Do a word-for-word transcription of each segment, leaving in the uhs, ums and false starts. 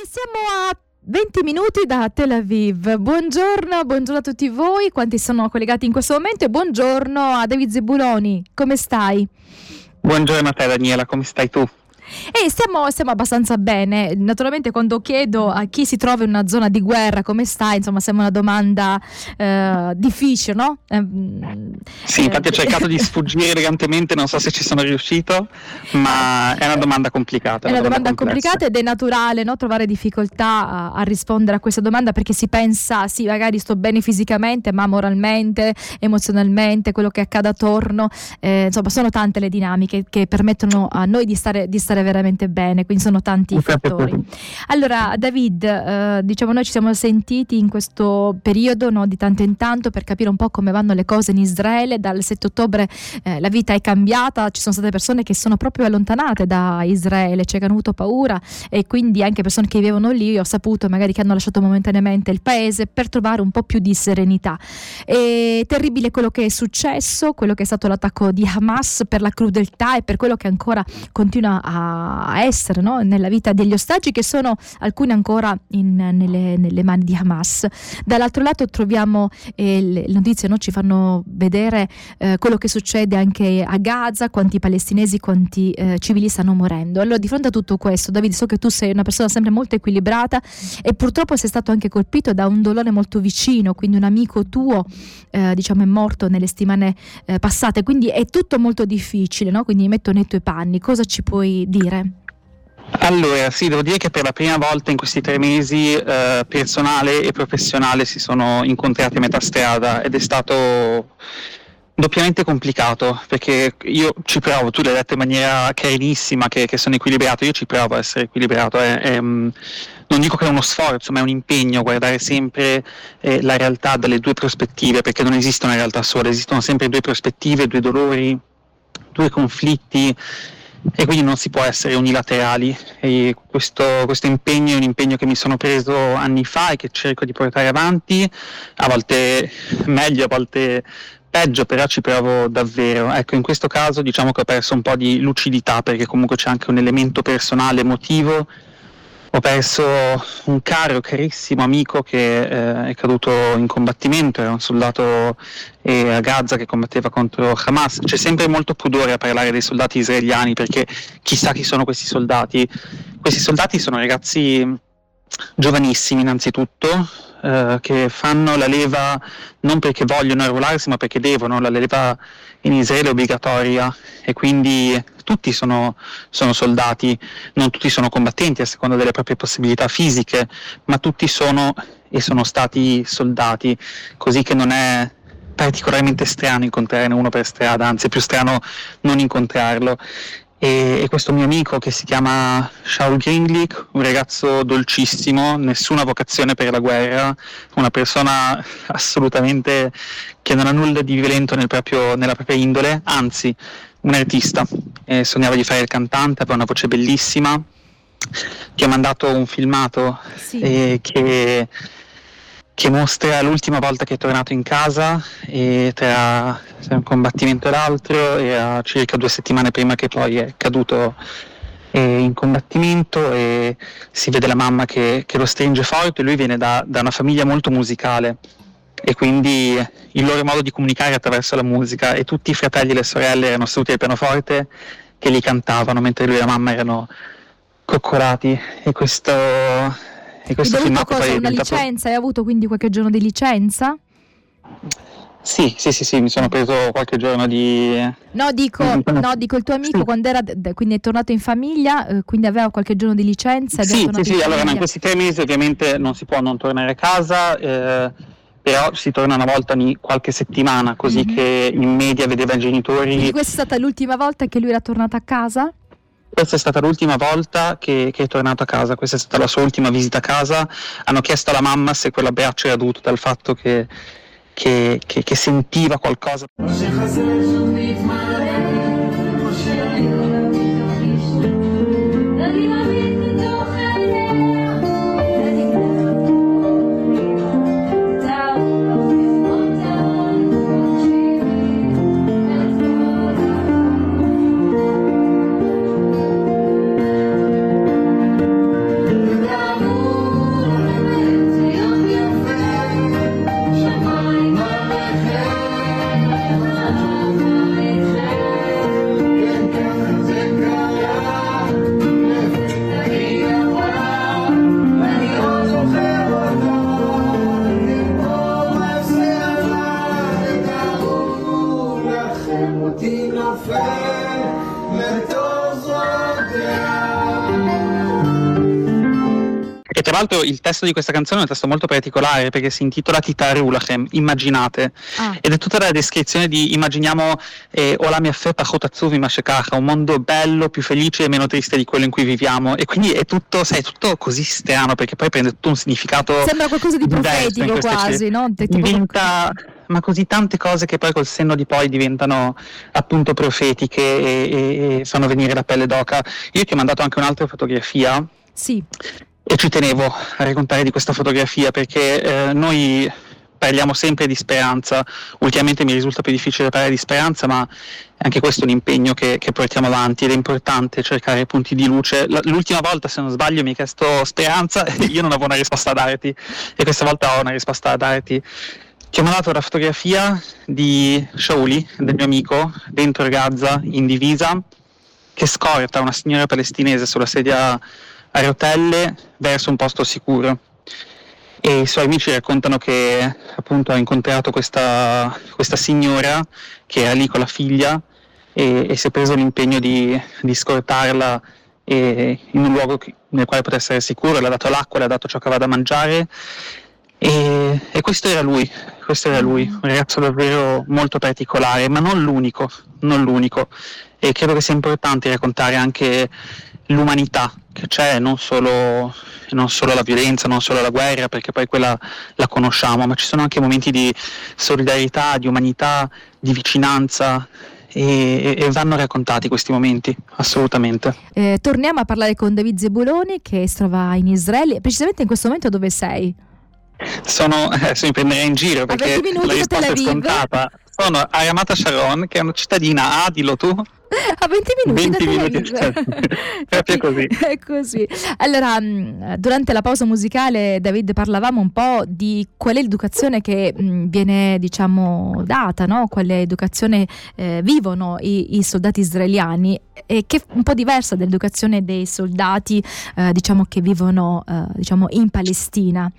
E siamo a venti minuti da Tel Aviv. Buongiorno, buongiorno a tutti voi, quanti sono collegati in questo momento, e buongiorno a David Zebuloni, come stai? Buongiorno a te Daniela, come stai tu? E stiamo, stiamo abbastanza bene. Naturalmente quando chiedo a chi si trova in una zona di guerra come sta, insomma sembra una domanda eh, difficile, no? Eh, sì, infatti ho cercato di sfuggire elegantemente, non so se ci sono riuscito, ma è una domanda complicata. È una, una domanda, domanda complicata ed è naturale, no, trovare difficoltà a, a rispondere a questa domanda, perché si pensa, sì, magari sto bene fisicamente, ma moralmente, emozionalmente, quello che accade attorno, eh, insomma sono tante le dinamiche che permettono a noi di stare, di stare veramente bene, quindi sono tanti i fattori. Allora David, eh, diciamo noi ci siamo sentiti in questo periodo, no, di tanto in tanto, per capire un po' come vanno le cose in Israele. Dal sette ottobre eh, la vita è cambiata, ci sono state persone che sono proprio allontanate da Israele, cioè che hanno avuto paura, e quindi anche persone che vivevano lì, ho saputo magari che hanno lasciato momentaneamente il paese per trovare un po' più di serenità. È terribile quello che è successo, quello che è stato l'attacco di Hamas, per la crudeltà e per quello che ancora continua a a essere, no, nella vita degli ostaggi, che sono alcuni ancora in, nelle, nelle mani di Hamas. Dall'altro lato troviamo eh, le notizie, no, ci fanno vedere eh, quello che succede anche a Gaza, quanti palestinesi, quanti eh, civili stanno morendo. Allora, di fronte a tutto questo, Davide, so che tu sei una persona sempre molto equilibrata e purtroppo sei stato anche colpito da un dolore molto vicino, quindi un amico tuo eh, diciamo è morto nelle settimane eh, passate, quindi è tutto molto difficile, no? Quindi mi metto nei tuoi panni, cosa ci puoi dire? Allora, sì, devo dire che per la prima volta in questi tre mesi eh, personale e professionale si sono incontrati a metà strada, ed è stato doppiamente complicato, perché io ci provo, tu l'hai detto in maniera carinissima che, che sono equilibrato, io ci provo a essere equilibrato, è, è, non dico che è uno sforzo, ma è un impegno guardare sempre eh, la realtà dalle due prospettive, perché non esiste una realtà sola, esistono sempre due prospettive, due dolori, due conflitti, e quindi non si può essere unilaterali. E questo, questo impegno è un impegno che mi sono preso anni fa e che cerco di portare avanti, a volte meglio, a volte peggio, però ci provo davvero. Ecco, in questo caso diciamo che ho perso un po' di lucidità, perché comunque c'è anche un elemento personale, emotivo. Ho perso un caro, carissimo amico che eh, è caduto in combattimento, era un soldato eh, a Gaza che combatteva contro Hamas. C'è sempre molto pudore a parlare dei soldati israeliani, perché chissà chi sono questi soldati. Questi soldati sono ragazzi giovanissimi innanzitutto, eh, che fanno la leva non perché vogliono arruolarsi, ma perché devono. La leva in Israele è obbligatoria, e quindi tutti sono, sono soldati, non tutti sono combattenti a seconda delle proprie possibilità fisiche, ma tutti sono e sono stati soldati, così che non è particolarmente strano incontrarne uno per strada, anzi è più strano non incontrarlo. E, e questo mio amico, che si chiama Shaul Gringlich, un ragazzo dolcissimo, nessuna vocazione per la guerra, una persona assolutamente che non ha nulla di violento nel proprio, nella propria indole, anzi un artista, eh, sognava di fare il cantante, aveva una voce bellissima, ti ha mandato un filmato sì. eh, che, che mostra l'ultima volta che è tornato in casa, e tra, tra un combattimento e l'altro era circa due settimane prima che poi è caduto eh, in combattimento, e si vede la mamma che, che lo stringe forte. Lui viene da, da una famiglia molto musicale, e quindi il loro modo di comunicare è attraverso la musica, e tutti i fratelli e le sorelle erano seduti al pianoforte che li cantavano mentre lui e la mamma erano coccolati. E questo e questo hai avuto cosa, poi una diventato... licenza? Hai avuto quindi qualche giorno di licenza? Sì, sì, sì, sì, mi sono preso qualche giorno di... No, dico, no, dico il tuo amico sì. quando era, quindi è tornato in famiglia, eh, quindi aveva qualche giorno di licenza? Ed sì, è sì, sì, allora in questi tre mesi ovviamente non si può non tornare a casa, eh, però si torna una volta ogni qualche settimana, così mm-hmm. che in media vedeva i genitori. Quindi questa è stata l'ultima volta che lui era tornato a casa? Questa è stata l'ultima volta che, che è tornato a casa, questa è stata la sua ultima visita a casa. Hanno chiesto alla mamma se quell'abbraccio era dovuto dal fatto che, che, che, che sentiva qualcosa. Love E tra l'altro il testo di questa canzone è un testo molto particolare perché si intitola Titaru Lachem, immaginate, ah. ed è tutta la descrizione di immaginiamo eh, Olam Yafeh Pachot Atzuv Mima Shekach, un mondo bello, più felice e meno triste di quello in cui viviamo, e quindi è tutto, sai, tutto così strano perché poi prende tutto un significato, sembra qualcosa di profetico quasi, no? Diventa ma così tante cose che poi col senno di poi diventano appunto profetiche e, e, e fanno venire la pelle d'oca. Io ti ho mandato anche un'altra fotografia. Sì. E ci tenevo a raccontare di questa fotografia perché eh, noi parliamo sempre di speranza. Ultimamente mi risulta più difficile parlare di speranza, ma anche questo è un impegno che, che portiamo avanti ed è importante cercare punti di luce. L'ultima volta, se non sbaglio, mi hai chiesto speranza e io non avevo una risposta da darti, e questa volta ho una risposta da darti. Ti ho mandato la fotografia di Shauli, del mio amico, dentro Gaza, in divisa, che scorta una signora palestinese sulla sedia a rotelle verso un posto sicuro. E i suoi amici raccontano che appunto ha incontrato questa, questa signora che era lì con la figlia e, e si è preso l'impegno di, di scortarla e, in un luogo nel quale potesse essere sicuro, le ha dato l'acqua, le ha dato ciò che aveva da mangiare. E, e questo era lui, questo era lui, un ragazzo davvero molto particolare, ma non l'unico, non l'unico. E credo che sia importante raccontare anche l'umanità che c'è, non solo, non solo la violenza, non solo la guerra, perché poi quella la conosciamo, ma ci sono anche momenti di solidarietà, di umanità, di vicinanza. E, e vanno raccontati questi momenti, assolutamente. Eh, torniamo a parlare con David Zebuloni, che si trova in Israele. Precisamente in questo momento dove sei? Sono, adesso mi prenderei in giro perché la risposta è scontata. Sono a Ramat Sharon, che è una cittadina, ah, dillo tu. A venti minuti venti da minuti, cioè, proprio così. È così. Allora, durante la pausa musicale, David, parlavamo un po' di qual è l'educazione che mh, viene, diciamo, data, no? Quale educazione eh, vivono i, i soldati israeliani, e che è un po' diversa dall'educazione dei soldati, eh, diciamo, che vivono, eh, diciamo, in Palestina.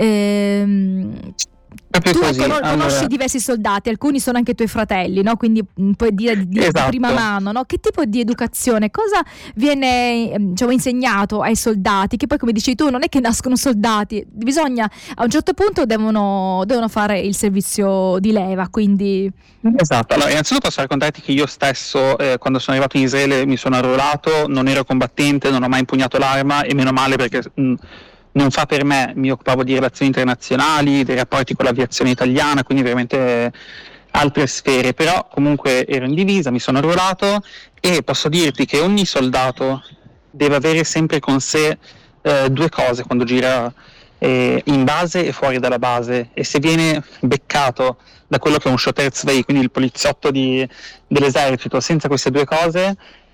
Ehm, Proprio tu così. conosci Allora, diversi soldati, alcuni sono anche tuoi fratelli, no? Quindi mh, puoi dire di, di, esatto. di prima mano, no? Che tipo di educazione, cosa viene, diciamo, insegnato ai soldati? Che poi, come dici tu, non è che nascono soldati, bisogna, a un certo punto devono, devono fare il servizio di leva, quindi... Esatto, allora innanzitutto posso raccontarti che io stesso eh, quando sono arrivato in Israele mi sono arruolato, non ero combattente, non ho mai impugnato l'arma, e meno male perché... Mh, non fa per me, mi occupavo di relazioni internazionali, dei rapporti con l'aviazione italiana, quindi veramente altre sfere, però comunque ero in divisa, mi sono arruolato, e posso dirti che ogni soldato deve avere sempre con sé eh, due cose quando gira eh, in base e fuori dalla base, e se viene beccato da quello che è un shoter tzvei, quindi il poliziotto di, dell'esercito, senza queste due cose,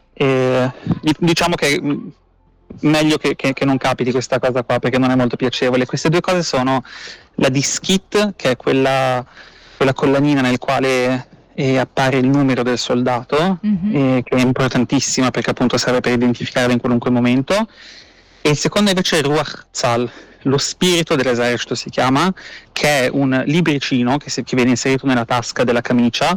eh, diciamo che... meglio che, che, che non capiti questa cosa qua, perché non è molto piacevole. Queste due cose sono la diskit, che è quella, quella collanina nel quale eh, appare il numero del soldato, mm-hmm. eh, che è importantissima perché appunto serve per identificarlo in qualunque momento, e il secondo invece è il Ruach Tzal, lo spirito dell'esercito si chiama, che è un libricino che, si, che viene inserito nella tasca della camicia,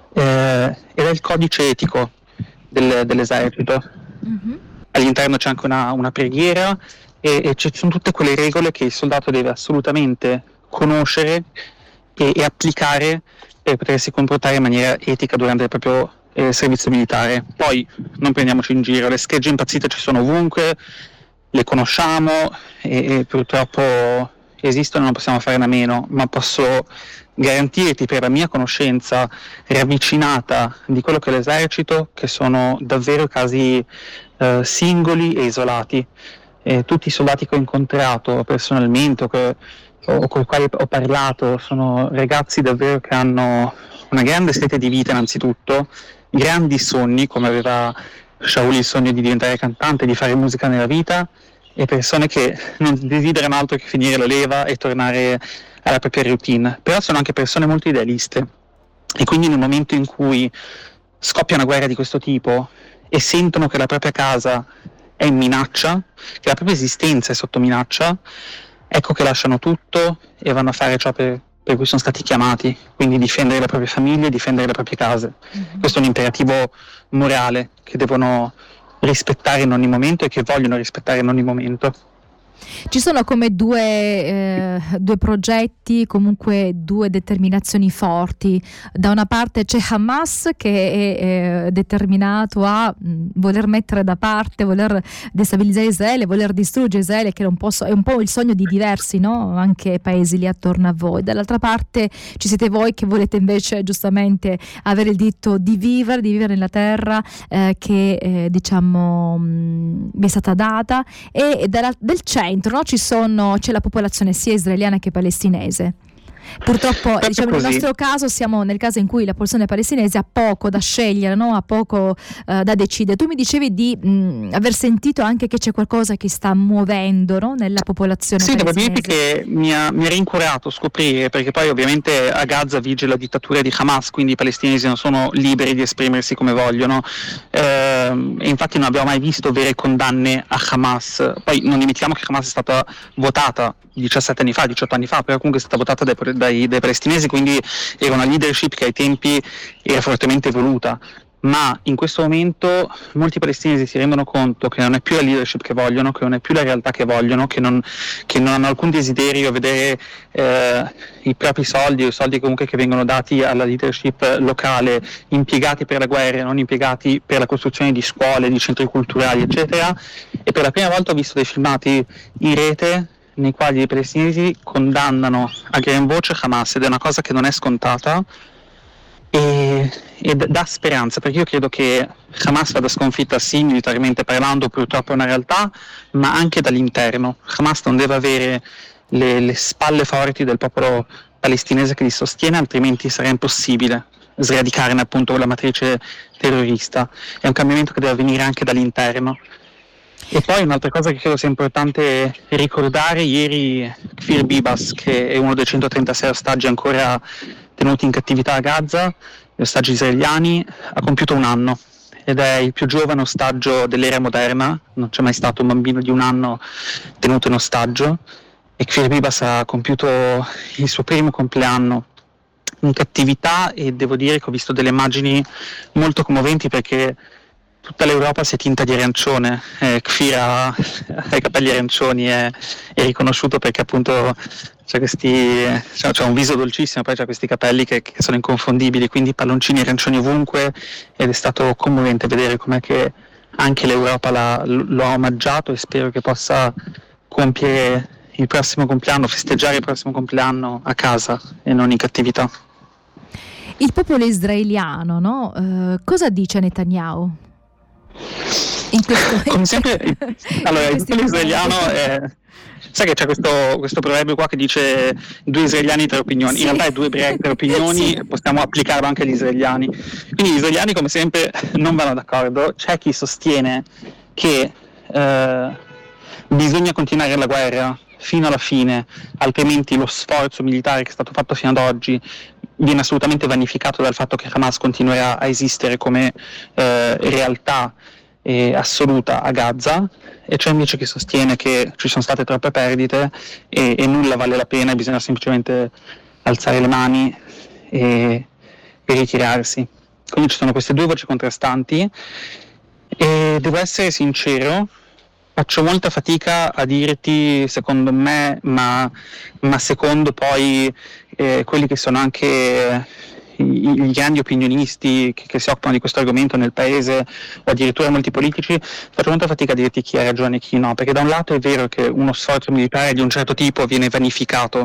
eh, ed è il codice etico del, dell'esercito. Mm-hmm. All'interno c'è anche una, una preghiera e, e ci sono tutte quelle regole che il soldato deve assolutamente conoscere e, e applicare per potersi comportare in maniera etica durante il proprio eh, servizio militare. Poi non prendiamoci in giro, le schegge impazzite ci sono ovunque, le conosciamo e, e purtroppo esistono, non possiamo farne a meno, ma posso garantirti per la mia conoscenza ravvicinata di quello che è l'esercito che sono davvero casi eh, singoli e isolati. E tutti i soldati che ho incontrato personalmente o, che, o con i quali ho parlato sono ragazzi davvero che hanno una grande sete di vita innanzitutto, grandi sogni, come aveva Shaul il sogno di diventare cantante, di fare musica nella vita, e persone che non desiderano altro che finire la leva e tornare alla propria routine. Però sono anche persone molto idealiste, e quindi nel momento in cui scoppia una guerra di questo tipo e sentono che la propria casa è in minaccia, che la propria esistenza è sotto minaccia, ecco che lasciano tutto e vanno a fare ciò per, per cui sono stati chiamati, quindi difendere le proprie famiglie, difendere le proprie case. Mm-hmm. Questo è un imperativo morale che devono rispettare in ogni momento e che vogliono rispettare in ogni momento. Ci sono come due, eh, due progetti, comunque due determinazioni forti. Da una parte c'è Hamas che è eh, determinato a mh, voler mettere da parte, voler destabilizzare Israele, voler distruggere Israele, che è un po', so- è un po' il sogno di diversi, no? Anche paesi lì attorno a voi. Dall'altra parte ci siete voi che volete invece giustamente avere il diritto di vivere, di vivere nella terra eh, che eh, diciamo mh, vi è stata data, e dalla, del centro, no? Ci sono, c'è la popolazione sia israeliana che palestinese. Purtroppo diciamo, nel nostro caso siamo nel caso in cui la popolazione palestinese ha poco da scegliere, no? Ha poco uh, da decidere. Tu mi dicevi di mh, aver sentito anche che c'è qualcosa che sta muovendo, no? Nella popolazione sì, palestinese. Sì, devo dire che mi ha, mi ha rincuorato scoprire, perché poi ovviamente a Gaza vige la dittatura di Hamas, quindi i palestinesi non sono liberi di esprimersi come vogliono, eh, e infatti non abbiamo mai visto vere condanne a Hamas. Poi non dimentichiamo che Hamas è stata votata diciassette anni fa, diciotto anni fa, però comunque è stata votata dai, dai, dai palestinesi, quindi era una leadership che ai tempi era fortemente voluta. Ma in questo momento molti palestinesi si rendono conto che non è più la leadership che vogliono, che non è più la realtà che vogliono, che non, che non hanno alcun desiderio a vedere eh, i propri soldi o i soldi comunque che vengono dati alla leadership locale impiegati per la guerra, non impiegati per la costruzione di scuole, di centri culturali, eccetera. E per la prima volta ho visto dei filmati in rete nei quali i palestinesi condannano a gran voce Hamas, ed è una cosa che non è scontata e, e dà speranza, perché io credo che Hamas vada sconfitta sì militarmente parlando, purtroppo è una realtà, ma anche dall'interno. Hamas non deve avere le, le spalle forti del popolo palestinese che li sostiene, altrimenti sarà impossibile sradicarne appunto la matrice terrorista. È un cambiamento che deve avvenire anche dall'interno. E poi un'altra cosa che credo sia importante ricordare: ieri Kfir Bibas, che è uno dei centotrentasei ostaggi ancora tenuti in cattività a Gaza, gli ostaggi israeliani, ha compiuto un anno ed è il più giovane ostaggio dell'era moderna. Non c'è mai stato un bambino di un anno tenuto in ostaggio, e Kfir Bibas ha compiuto il suo primo compleanno in cattività, e devo dire che ho visto delle immagini molto commoventi, perché tutta l'Europa si è tinta di arancione. eh, Kfir ha, ha i capelli arancioni, è, è riconosciuto perché appunto c'è, questi, c'è, c'è un viso dolcissimo, poi c'ha questi capelli che, che sono inconfondibili, quindi palloncini arancioni ovunque, ed è stato commovente vedere com'è che anche l'Europa l'ha, lo ha omaggiato, e spero che possa compiere il prossimo compleanno, festeggiare il prossimo compleanno a casa e non in cattività. Il popolo israeliano, no? Uh, cosa dice Netanyahu? In questo... Come sempre, allora il popolo israeliano è... Sai che c'è questo, questo proverbio qua che dice due israeliani, tre opinioni. Sì. In realtà è due ebrei, tre opinioni, sì. Possiamo applicarlo anche agli israeliani. Quindi gli israeliani, come sempre, non vanno d'accordo. C'è chi sostiene che eh, bisogna continuare la guerra fino alla fine, altrimenti lo sforzo militare che è stato fatto fino ad oggi viene assolutamente vanificato dal fatto che Hamas continuerà a esistere come eh, realtà eh, assoluta a Gaza. E c'è invece chi sostiene che ci sono state troppe perdite e, e nulla vale la pena, e bisogna semplicemente alzare le mani e, e ritirarsi. Quindi ci sono queste due voci contrastanti, e devo essere sincero, faccio molta fatica a dirti secondo me, ma, ma secondo poi eh, quelli che sono anche i, i grandi opinionisti che, che si occupano di questo argomento nel paese, o addirittura molti politici, faccio molta fatica a dirti chi ha ragione e chi no, perché da un lato è vero che uno sforzo militare di un certo tipo viene vanificato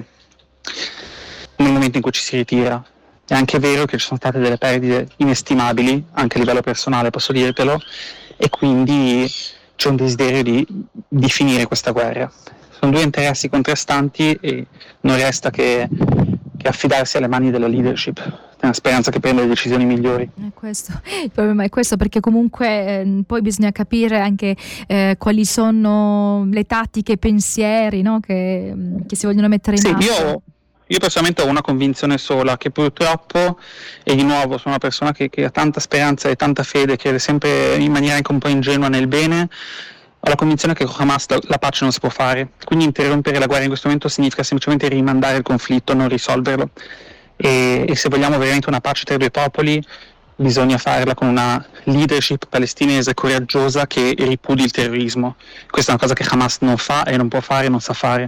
nel momento in cui ci si ritira. È anche vero che ci sono state delle perdite inestimabili, anche a livello personale posso dirtelo, e quindi c'è un desiderio di, di finire questa guerra. Sono due interessi contrastanti e non resta che, che affidarsi alle mani della leadership, nella speranza che prenda le decisioni migliori. È questo. Il problema è questo, perché comunque eh, poi bisogna capire anche eh, quali sono le tattiche e pensieri, no? che, che si vogliono mettere in sì, atto. Io, io personalmente ho una convinzione sola, che purtroppo, e di nuovo sono una persona che, che ha tanta speranza e tanta fede, crede sempre in maniera anche un po' ingenua nel bene, ho la convinzione che con Hamas la, la pace non si può fare. Quindi interrompere la guerra in questo momento significa semplicemente rimandare il conflitto, non risolverlo. E, e se vogliamo veramente una pace tra i due popoli, bisogna farla con una leadership palestinese coraggiosa che ripudi il terrorismo. Questa è una cosa che Hamas non fa e non può fare, non sa fare.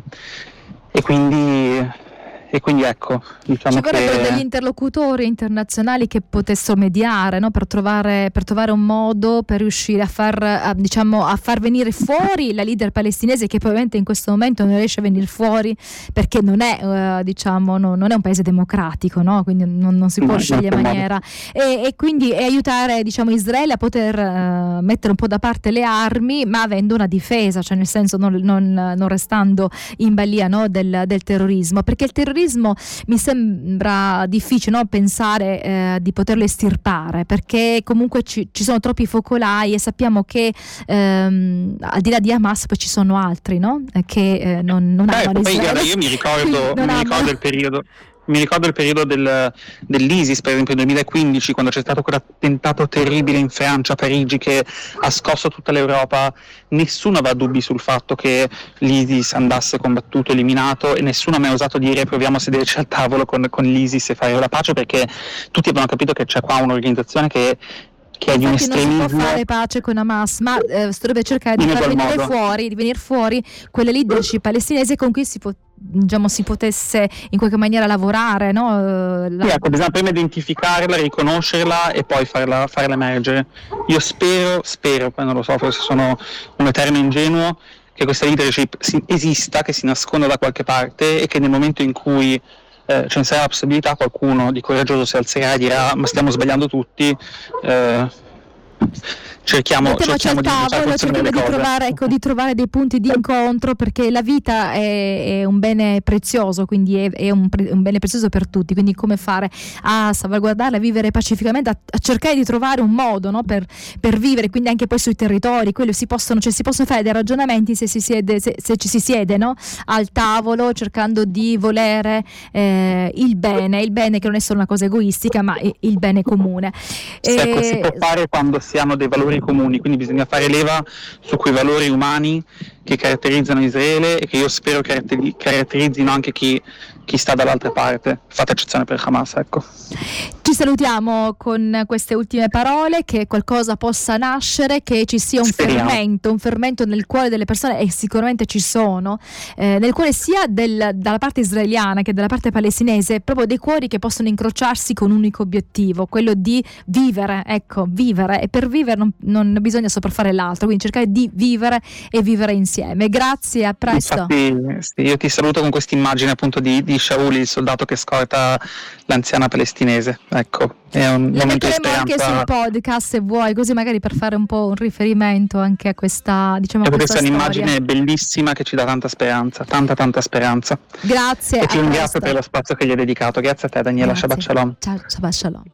E quindi... E quindi ecco, diciamo ci che vorrebbero degli interlocutori internazionali che potessero mediare, no? per, trovare, per trovare un modo per riuscire a far, a, diciamo, a far venire fuori la leader palestinese, che probabilmente in questo momento non riesce a venire fuori perché non è, uh, diciamo, no, non è un paese democratico, no? Quindi non, non si può no, scegliere in maniera e, e quindi e aiutare, diciamo, Israele a poter uh, mettere un po' da parte le armi, ma avendo una difesa, cioè nel senso non, non, non restando in balia, no? del, del terrorismo, perché il terrorismo mi sembra difficile, no? pensare eh, di poterlo estirpare, perché comunque ci, ci sono troppi focolai e sappiamo che ehm, al di là di Hamas poi ci sono altri, no? che eh, non, non Beh, amano poi, Israele. guarda, io mi ricordo, mi ricordo il periodo Mi ricordo il periodo del, dell'ISIS, per esempio nel duemilaquindici, quando c'è stato quell'attentato terribile in Francia, a Parigi, che ha scosso tutta l'Europa. Nessuno aveva dubbi sul fatto che l'ISIS andasse combattuto, eliminato, e nessuno ha mai osato dire proviamo a sederci al tavolo con, con l'ISIS e fare la pace, perché tutti avevano capito che c'è qua un'organizzazione che che è di un estremismo. Non si può fare pace con Hamas, ma eh, si dovrebbe cercare di far venire modo. fuori, di venire fuori quelle leadership palestinese con cui si può, diciamo, si potesse in qualche maniera lavorare, no? La... Sì, ecco, bisogna prima identificarla, riconoscerla e poi farla, farla emergere. Io spero, spero, poi non lo so, forse sono un eterno ingenuo, che questa leadership si, esista, che si nasconda da qualche parte e che nel momento in cui Eh, ce ne sarà la possibilità, qualcuno di coraggioso si alzerà e dirà ma stiamo sbagliando tutti, eh, cerchiamo, cerchiamo di, tavolo, cerchiamo di trovare, ecco, di trovare dei punti di incontro, perché la vita è, è un bene prezioso, quindi è, è un, pre, un bene prezioso per tutti, quindi come fare a salvaguardarla, a vivere pacificamente, a, a cercare di trovare un modo, no, per, per vivere, quindi anche poi sui territori, quello si possono, cioè si possono fare dei ragionamenti se, si siede, se, se ci si siede, no, al tavolo, cercando di volere eh, il bene, il bene che non è solo una cosa egoistica, ma il bene comune. E, ecco, si può fare quando si hanno dei valori comuni, quindi bisogna fare leva su quei valori umani che caratterizzano Israele e che io spero caratterizzino anche chi, chi sta dall'altra parte, fatta eccezione per Hamas, ecco. Ci salutiamo con queste ultime parole, che qualcosa possa nascere, che ci sia un Speriamo. fermento, un fermento nel cuore delle persone, e sicuramente ci sono, eh, nel cuore sia del, dalla parte israeliana che dalla parte palestinese, proprio dei cuori che possono incrociarsi con un unico obiettivo, quello di vivere, ecco, vivere, e per vivere non, non bisogna sopraffare l'altro, quindi cercare di vivere e vivere insieme. Grazie, a presto. Infatti, sì, io ti saluto con questa immagine appunto di, di Shaul, il soldato che scorta l'anziana palestinese. Ecco, è un Lo momento di speranza. Anche sul podcast, se vuoi, così magari per fare un po' un riferimento anche a questa, diciamo, a questa questa è storia. un'immagine bellissima che ci dà tanta speranza, tanta tanta speranza. Grazie. E ti ringrazio per lo spazio che gli hai dedicato. Grazie a te, Daniela. Grazie. Shabbat Shalom. Ciao, Shabbat Shalom.